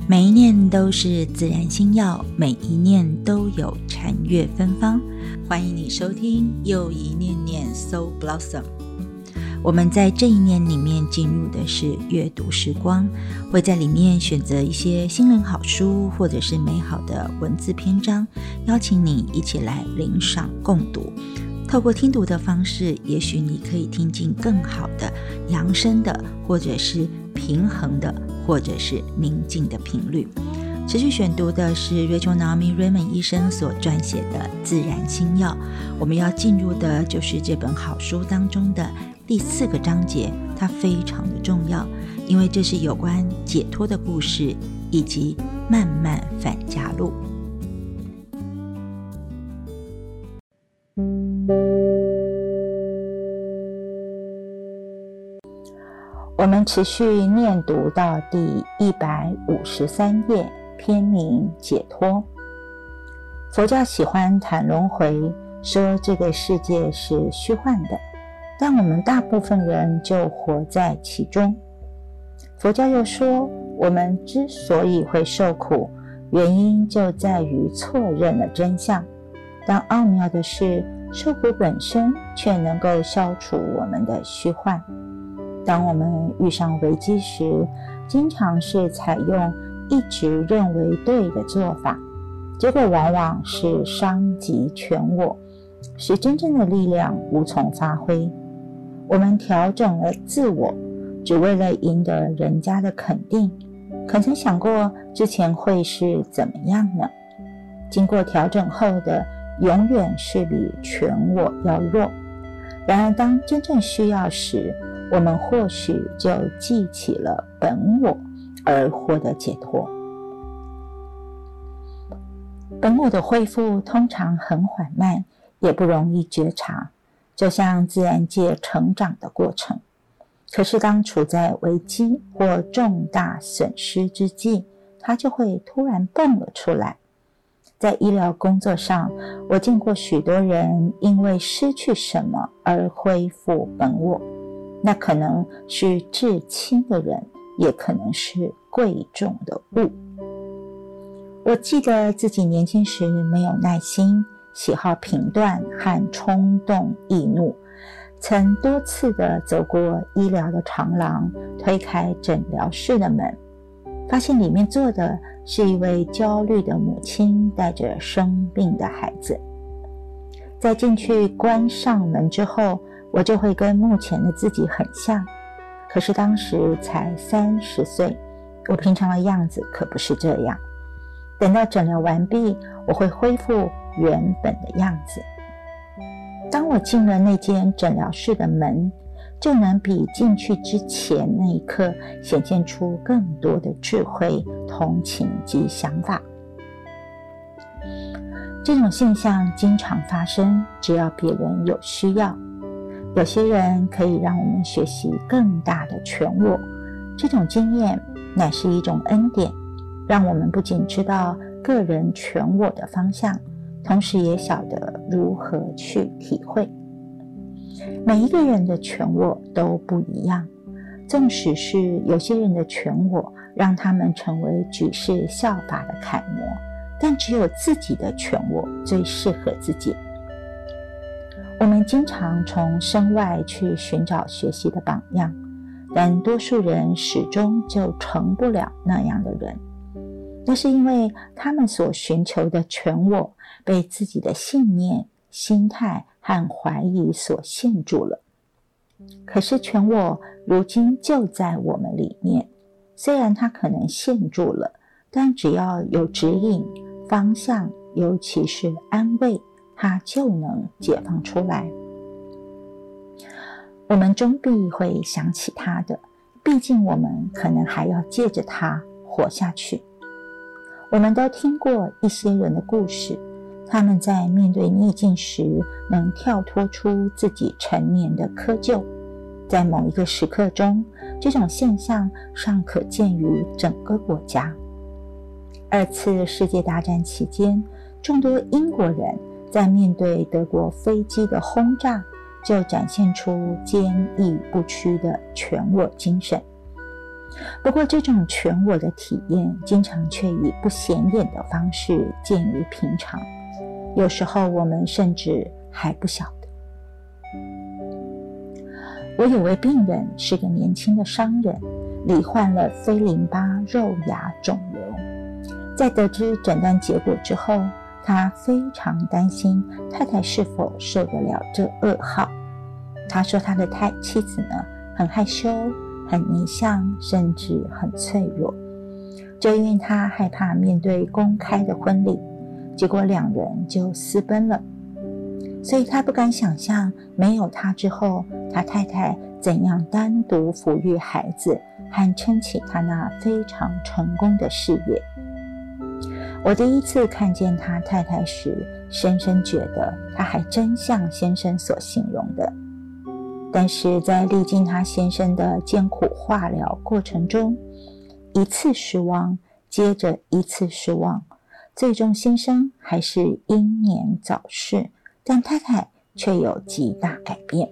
每一念都是自然心药，每一念都有禅悦芬芳。欢迎你收听又一念念 Soul Blossom。 我们在这一念里面进入的是阅读时光，会在里面选择一些心灵好书或者是美好的文字篇章，邀请你一起来领赏共读。透过听读的方式，也许你可以听进更好的扬声的，或者是平衡的，或者是宁静的频率。持续选读的是 Rachel Naomi Remen 医生所撰写的《自然心药》，我们要进入的就是这本好书当中的第4个章节，它非常的重要，因为这是有关解脱的故事以及慢慢返家路。我们持续念读到第153页，篇名解脱。佛教喜欢谈轮回，说这个世界是虚幻的，但我们大部分人就活在其中。佛教又说，我们之所以会受苦，原因就在于错认了真相。但奥妙的是，受苦本身却能够消除我们的虚幻。当我们遇上危机时，经常是采用一直认为对的做法，结果往往是伤及全我，使真正的力量无从发挥。我们调整了自我，只为了赢得人家的肯定，可曾想过之前会是怎么样呢？经过调整后的永远是比全我要弱。然而当真正需要时，我们或许就记起了本我，而获得解脱。本我的恢复通常很缓慢，也不容易觉察，就像自然界成长的过程。可是当处在危机或重大损失之际，它就会突然蹦了出来。在医疗工作上，我见过许多人因为失去什么而恢复本我，那可能是至亲的人，也可能是贵重的物。我记得自己年轻时没有耐心，喜好评断和冲动易怒，曾多次地走过医疗的长廊，推开诊疗室的门，发现里面坐的是一位焦虑的母亲带着生病的孩子。在进去关上门之后，我就会跟目前的自己很像，可是当时才30岁，我平常的样子可不是这样。等到诊疗完毕，我会恢复原本的样子。当我进了那间诊疗室的门，就能比进去之前那一刻显现出更多的智慧、同情及想法。这种现象经常发生，只要别人有需要。有些人可以让我们学习更大的全我，这种经验乃是一种恩典，让我们不仅知道个人全我的方向，同时也晓得如何去体会。每一个人的全我都不一样，纵使是有些人的全我让他们成为举世效法的楷模，但只有自己的全我最适合自己。我们经常从身外去寻找学习的榜样，但多数人始终就成不了那样的人。那是因为他们所寻求的全我被自己的信念、心态和怀疑所限住了。可是全我如今就在我们里面，虽然它可能限住了，但只要有指引、方向，尤其是安慰，它就能解放出来。我们终必会想起它的，毕竟我们可能还要借着它活下去。我们都听过一些人的故事，他们在面对逆境时能跳脱出自己陈年的窠臼。在某一个时刻中，这种现象尚可见于整个国家。2次世界大战期间，众多英国人在面对德国飞机的轰炸，就展现出坚毅不屈的全我精神。 不过这种全我的体验经常却以不显眼的方式见于平常，有时候我们甚至还不晓得。我有位病人是个年轻的商人，罹患了非淋巴肉芽肿瘤。在得知诊断结果之后，他非常担心太太是否受得了这噩耗。他说他的妻子呢，很害羞，很内向，甚至很脆弱，就因为他害怕面对公开的婚礼，结果两人就私奔了。所以他不敢想象没有他之后，他太太怎样单独抚育孩子和撑起他那非常成功的事业。我第一次看见他太太时，深深觉得他还真像先生所形容的。但是在历经他先生的艰苦化疗过程中，一次失望接着一次失望，最终先生还是英年早逝，但太太却有极大改变。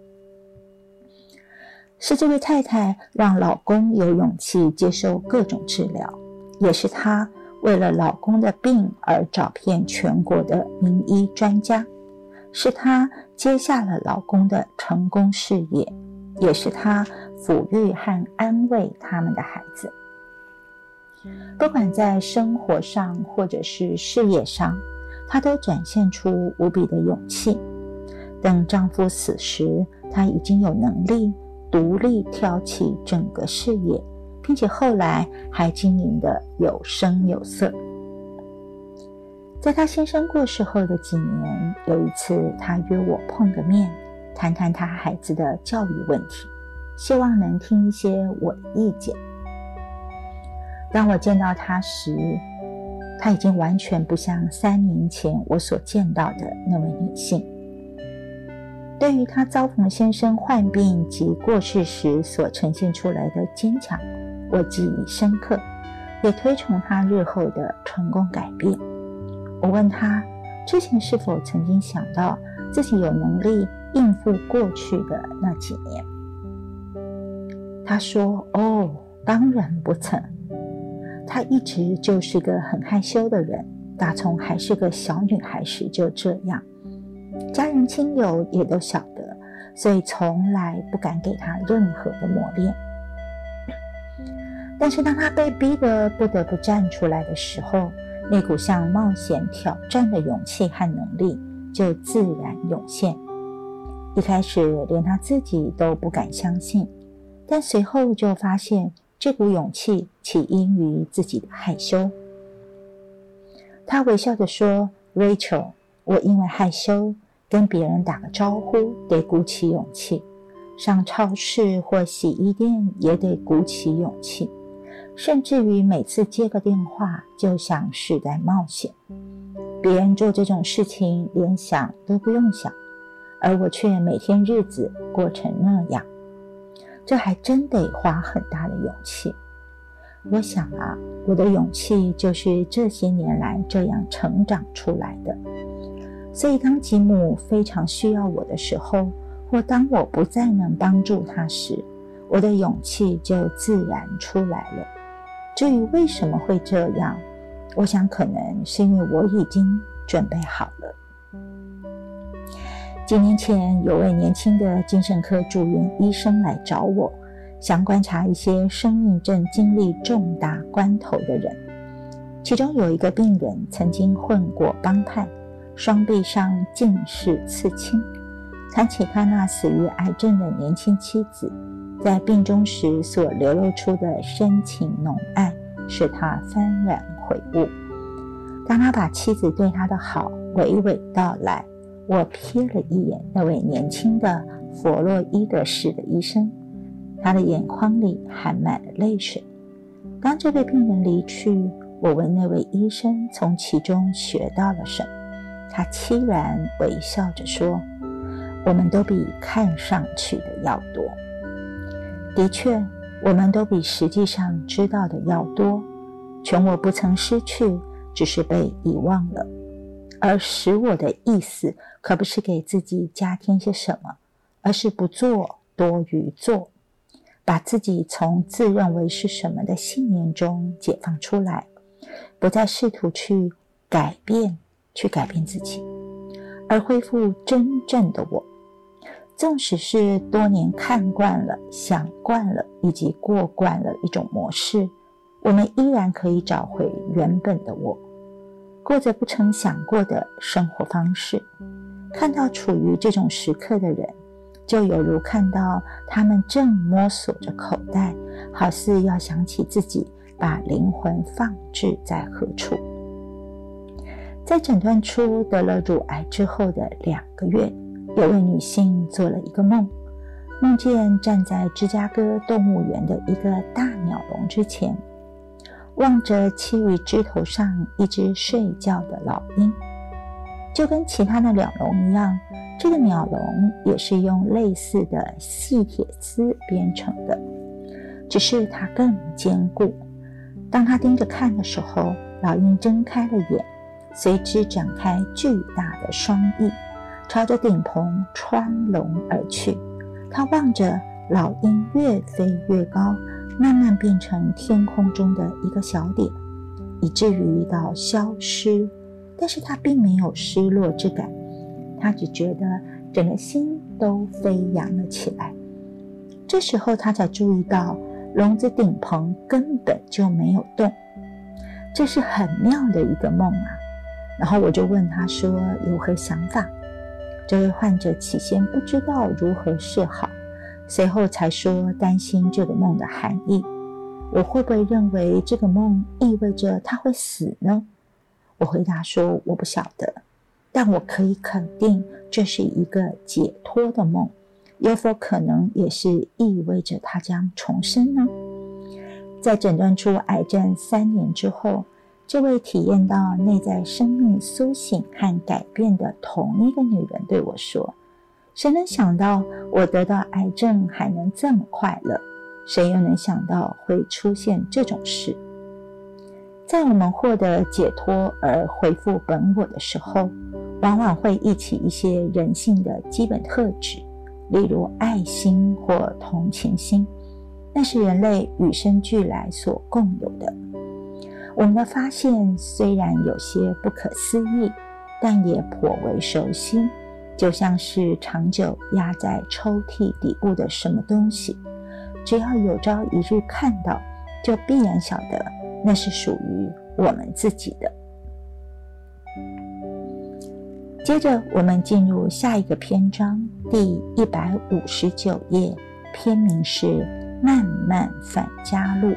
是这位太太让老公有勇气接受各种治疗，也是她为了老公的病而找遍全国的名医专家，是她接下了老公的成功事业，也是她抚育和安慰他们的孩子。不管在生活上或者是事业上，她都展现出无比的勇气。等丈夫死时，她已经有能力独立挑起整个事业，并且后来还经营得有声有色。在她先生过世后的几年，有一次她约我碰个面，谈谈她孩子的教育问题，希望能听一些我的意见。当我见到她时，她已经完全不像3年前我所见到的那位女性。对于她遭逢先生患病及过世时所呈现出来的坚强，我记忆深刻，也推崇她日后的成功改变。我问她，之前是否曾经想到自己有能力应付过去的那几年？她说，当然不曾。她一直就是个很害羞的人，打从还是个小女孩时就这样。家人亲友也都晓得，所以从来不敢给她任何的磨练。但是当她被逼得不得不站出来的时候，那股像冒险挑战的勇气和能力就自然涌现。一开始连她自己都不敢相信，但随后就发现这股勇气起因于自己的害羞。她微笑着说， Rachel， 我因为害羞，跟别人打个招呼得鼓起勇气，上超市或洗衣店也得鼓起勇气，甚至于每次接个电话就像是在冒险。别人做这种事情连想都不用想，而我却每天日子过成那样，这还真得花很大的勇气。我想啊，我的勇气就是这些年来这样成长出来的。所以当吉姆非常需要我的时候，或当我不再能帮助他时，我的勇气就自然出来了。至于为什么会这样，我想可能是因为我已经准备好了。几年前，有位年轻的精神科住院医生来找我，想观察一些生命正经历重大关头的人。其中有一个病人曾经混过帮派，双臂上尽是刺青。谈起他那死于癌症的年轻妻子，在病终时所流露出的深情浓爱，使他幡然悔悟。当他把妻子对他的好娓娓道来，我瞥了一眼那位年轻的弗洛伊德式的医生，他的眼眶里含满了泪水。当这位病人离去，我问那位医生从其中学到了什么，他凄然微笑着说，我们都比看上去的要多。的确，我们都比实际上知道的要多。全我不曾失去，只是被遗忘了。而使我的意思可不是给自己加添些什么，而是不做多于做， 把自己从自认为是什么的信念中解放出来，不再试图去改变自己，而恢复真正的我。纵使是多年看惯了、想惯了以及过惯了一种模式，我们依然可以找回原本的我，过着不曾想过的生活方式。看到处于这种时刻的人，就犹如看到他们正摸索着口袋，好似要想起自己把灵魂放置在何处。在诊断出得了乳癌之后的2个月，有位女性做了一个梦，梦见站在芝加哥动物园的一个大鸟笼之前，望着栖于枝头上一只睡觉的老鹰。就跟其他的鸟笼一样，这个鸟笼也是用类似的细铁丝编成的，只是它更坚固。当它盯着看的时候，老鹰睁开了眼，随之展开巨大的双翼，朝着顶棚穿笼而去。它望着老鹰越飞越高，慢慢变成天空中的一个小点，以至于到消失。但是它并没有失落之感，它只觉得整个心都飞扬了起来。这时候他才注意到笼子顶棚根本就没有动，这是很妙的一个梦啊。然后我就问他说有何想法。这位患者起先不知道如何是好，随后才说担心这个梦的含义。我会不会认为这个梦意味着他会死呢？我回答说我不晓得，但我可以肯定这是一个解脱的梦，有否可能也是意味着他将重生呢？在诊断出癌症3年之后，这位体验到内在生命苏醒和改变的同一个女人对我说，谁能想到我得到癌症还能这么快乐？谁又能想到会出现这种事？在我们获得解脱而恢复本我的时候，往往会忆起一些人性的基本特质，例如爱心或同情心，那是人类与生俱来所共有的。我们的发现虽然有些不可思议，但也颇为熟悉，就像是长久压在抽屉底部的什么东西，只要有朝一日看到，就必然晓得那是属于我们自己的。接着我们进入下一个篇章，第159页，篇名是慢慢返家路。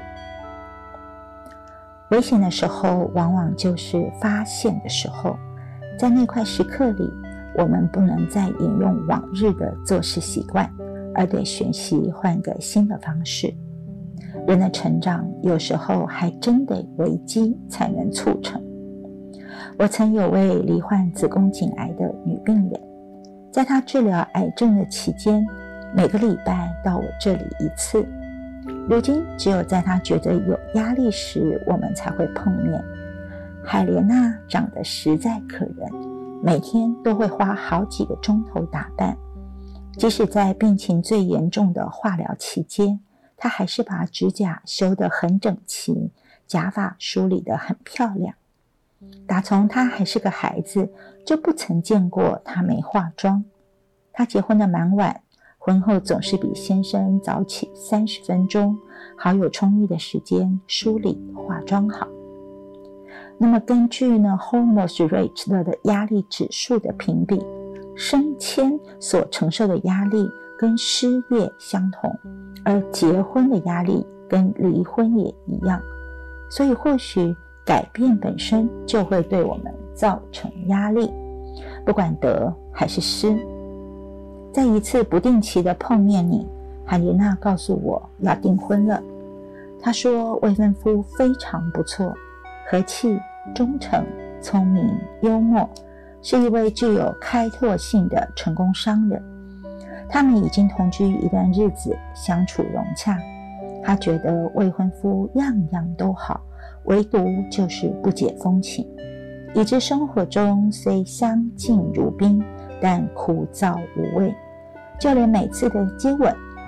危险的时候往往就是发现的时候，在那块时刻里，我们不能再沿用往日的做事习惯，而得学习换个新的方式。人的成长有时候还真得危机才能促成。我曾有位罹患子宫颈癌的女病人，在她治疗癌症的期间，每个礼拜到我这里1次。如今只有在她觉得有压力时，我们才会碰面。海莲娜长得实在可人，每天都会花好几个钟头打扮。即使在病情最严重的化疗期间，她还是把指甲修得很整齐，假发梳理得很漂亮。打从她还是个孩子，就不曾见过她没化妆。她结婚得蛮晚，婚后总是比先生早起30分钟，好有充裕的时间梳理化妆好。那么根据Hormuz Rate 的压力指数的评比，升迁所承受的压力跟失业相同，而结婚的压力跟离婚也一样。所以或许改变本身就会对我们造成压力，不管得还是失。在一次不定期的碰面里，海莲娜告诉我要订婚了。她说未婚夫非常不错，和气、忠诚、聪明、幽默，是一位具有开拓性的成功商人。他们已经同居一段日子，相处融洽。她觉得未婚夫样样都好，唯独就是不解风情，以致生活中虽相敬如宾，但枯燥无味。就连每次的接吻，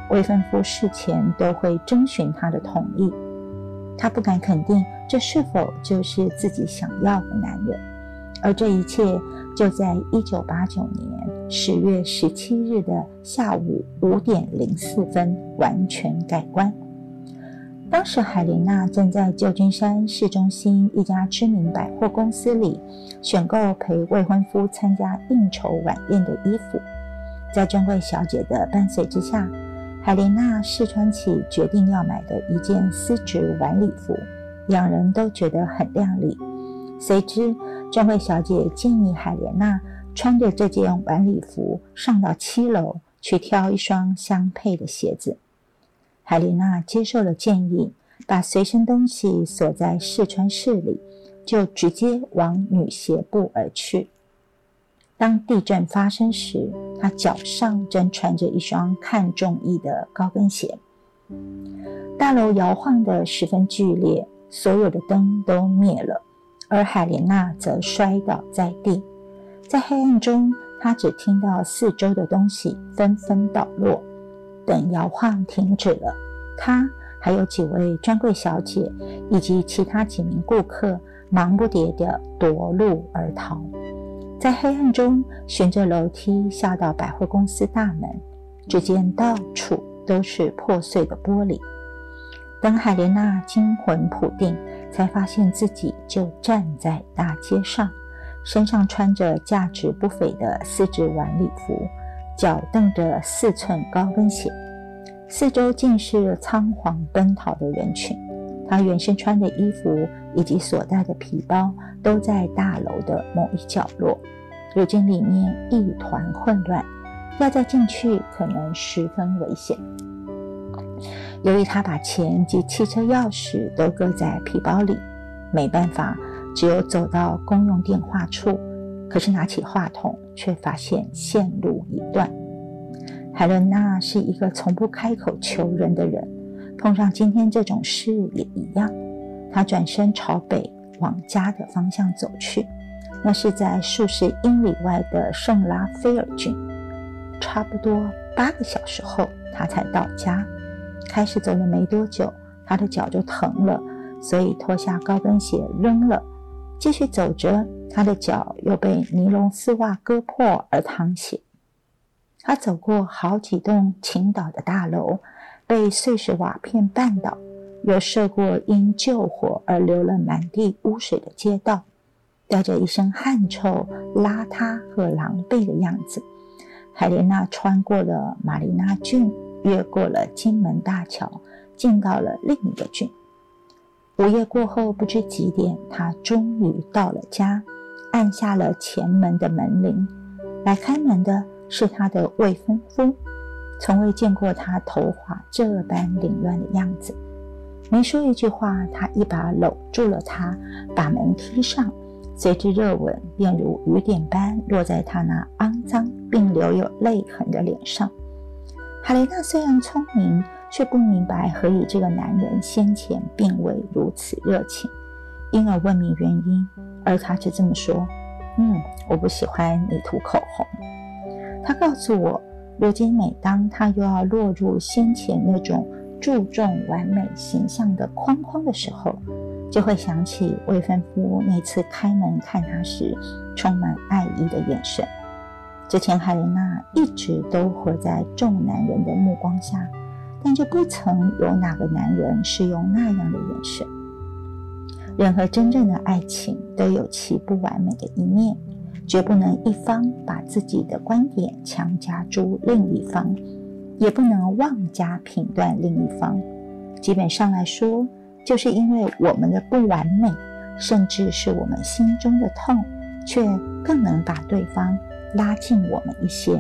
未婚夫事前都会征询她的同意。她不敢肯定这是否就是自己想要的男人，而这一切就在1989年10月17日的下午5点04分完全改观。当时海莲娜正在旧金山市中心一家知名百货公司里选购陪未婚夫参加应酬晚宴的衣服，在专柜小姐的伴随之下，海莲娜试穿起决定要买的一件丝质晚礼服，两人都觉得很靓丽。谁知专柜小姐建议海莲娜穿着这件晚礼服上到7楼去挑一双相配的鞋子。海莲娜接受了建议，把随身东西锁在试穿室里，就直接往女鞋部而去。当地震发生时，她脚上正穿着一双看中意的高跟鞋。大楼摇晃得十分剧烈，所有的灯都灭了，而海莲娜则摔倒在地。在黑暗中，她只听到四周的东西纷纷倒落。等摇晃停止了，她还有几位专柜小姐以及其他几名顾客忙不迭地夺路而逃，在黑暗中循着楼梯下到百货公司大门，只见到处都是破碎的玻璃。等海莲娜惊魂甫定，才发现自己就站在大街上，身上穿着价值不菲的丝质晚礼服，脚蹬着4寸高跟鞋，四周尽是仓皇奔逃的人群。她原身穿的衣服以及所带的皮包都在大楼的某一角落，如今里面一团混乱，要再进去可能十分危险。由于她把钱及汽车钥匙都搁在皮包里，没办法，只有走到公用电话处，可是拿起话筒却发现线路已断。海莲娜是一个从不开口求人的人，碰上今天这种事也一样。她转身朝北往家的方向走去，那是在数十英里外的圣拉斐尔郡。差不多8个小时后，她才到家。开始走了没多久，她的脚就疼了，所以脱下高跟鞋扔了。继续走着，她的脚又被尼龙丝袜割破而淌血。她走过好几栋倾倒的大楼，被碎石瓦片绊倒，又涉过因救火而流了满地污水的街道，带着一身汗臭、邋遢和狼狈的样子。海莲娜穿过了马里纳郡，越过了金门大桥，进到了另一个郡。午夜过后不知几点，她终于到了家，按下了前门的门铃。来开门的是她的未婚夫，从未见过他头发这般凌乱的样子。没说一句话，他一把搂住了她，把门踢上，随之热吻便如雨点般落在他那肮脏并留有泪痕的脸上。海莲娜虽然聪明，却不明白何以这个男人先前并未如此热情，因而问明原因，而他只这么说：我不喜欢你涂口红。他告诉我，如今每当他又要落入先前那种注重完美形象的框框的时候，就会想起未婚夫那次开门看他时充满爱意的眼神。之前海莲娜一直都活在众男人的目光下，但就不曾有哪个男人是用那样的眼神。任何真正的爱情都有其不完美的一面，绝不能一方把自己的观点强加诸另一方，也不能妄加评断另一方。基本上来说，就是因为我们的不完美，甚至是我们心中的痛，却更能把对方拉近我们一些。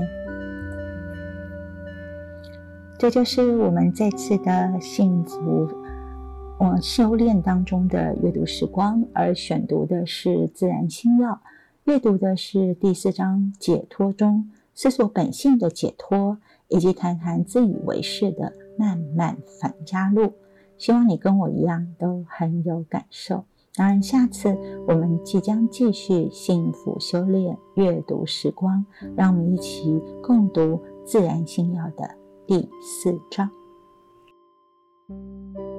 这就是我们这次的幸福修炼当中的阅读时光，而选读的是自然星耀，阅读的是第4章解脱中思索本性的解脱，以及谈谈自以为是的慢慢返家路。希望你跟我一样都很有感受。当然下次我们即将继续幸福修炼阅读时光，让我们一起共读自然星耀的第4章。